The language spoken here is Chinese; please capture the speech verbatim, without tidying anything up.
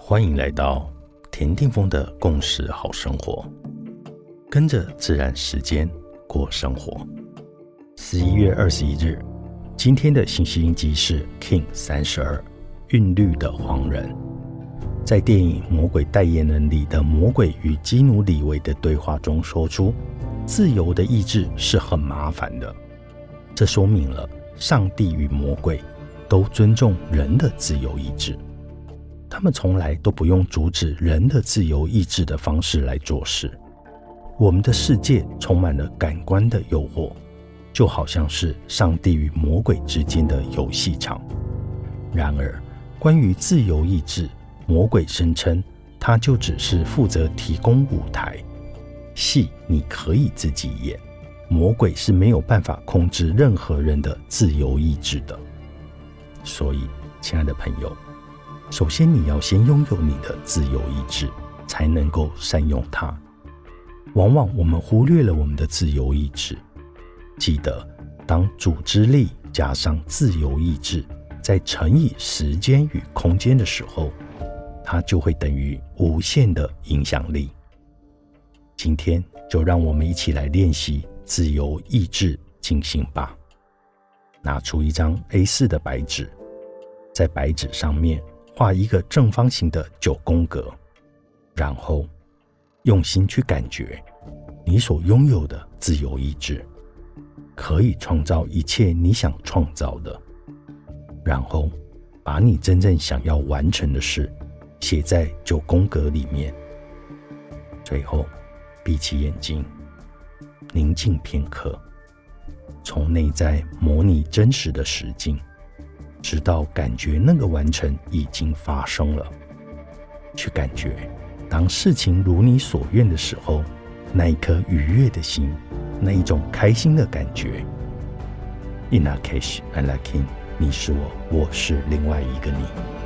欢迎来到田定峰的共识好生活，跟着自然时间过生活。十一月二十一日，今天的信息印记是 King 三十二，韵律的黄人。在电影《魔鬼代言人》里的魔鬼与基努里维的对话中说出，自由的意志是很麻烦的。这说明了上帝与魔鬼都尊重人的自由意志，他们从来都不用阻止人的自由意志的方式来做事。我们的世界充满了感官的诱惑，就好像是上帝与魔鬼之间的游戏场。然而，关于自由意志，魔鬼声称他就只是负责提供舞台，戏你可以自己演，魔鬼是没有办法控制任何人的自由意志的。所以，亲爱的朋友，首先你要先拥有你的自由意志，才能够善用它。往往我们忽略了我们的自由意志。记得，当组织力加上自由意志，再乘以时间与空间的时候，它就会等于无限的影响力。今天就让我们一起来练习自由意志进行吧。拿出一张 A 四 的白纸，在白纸上面画一个正方形的九宫格，然后用心去感觉你所拥有的自由意志，可以创造一切你想创造的。然后把你真正想要完成的事写在九宫格里面。最后闭起眼睛，宁静片刻，从内在模拟真实的实境，直到感觉那个完成已经发生了。去感觉当事情如你所愿的时候，那一颗愉悦的心，那一种开心的感觉。 In a case, I like him， 你是我，我是另外一个你。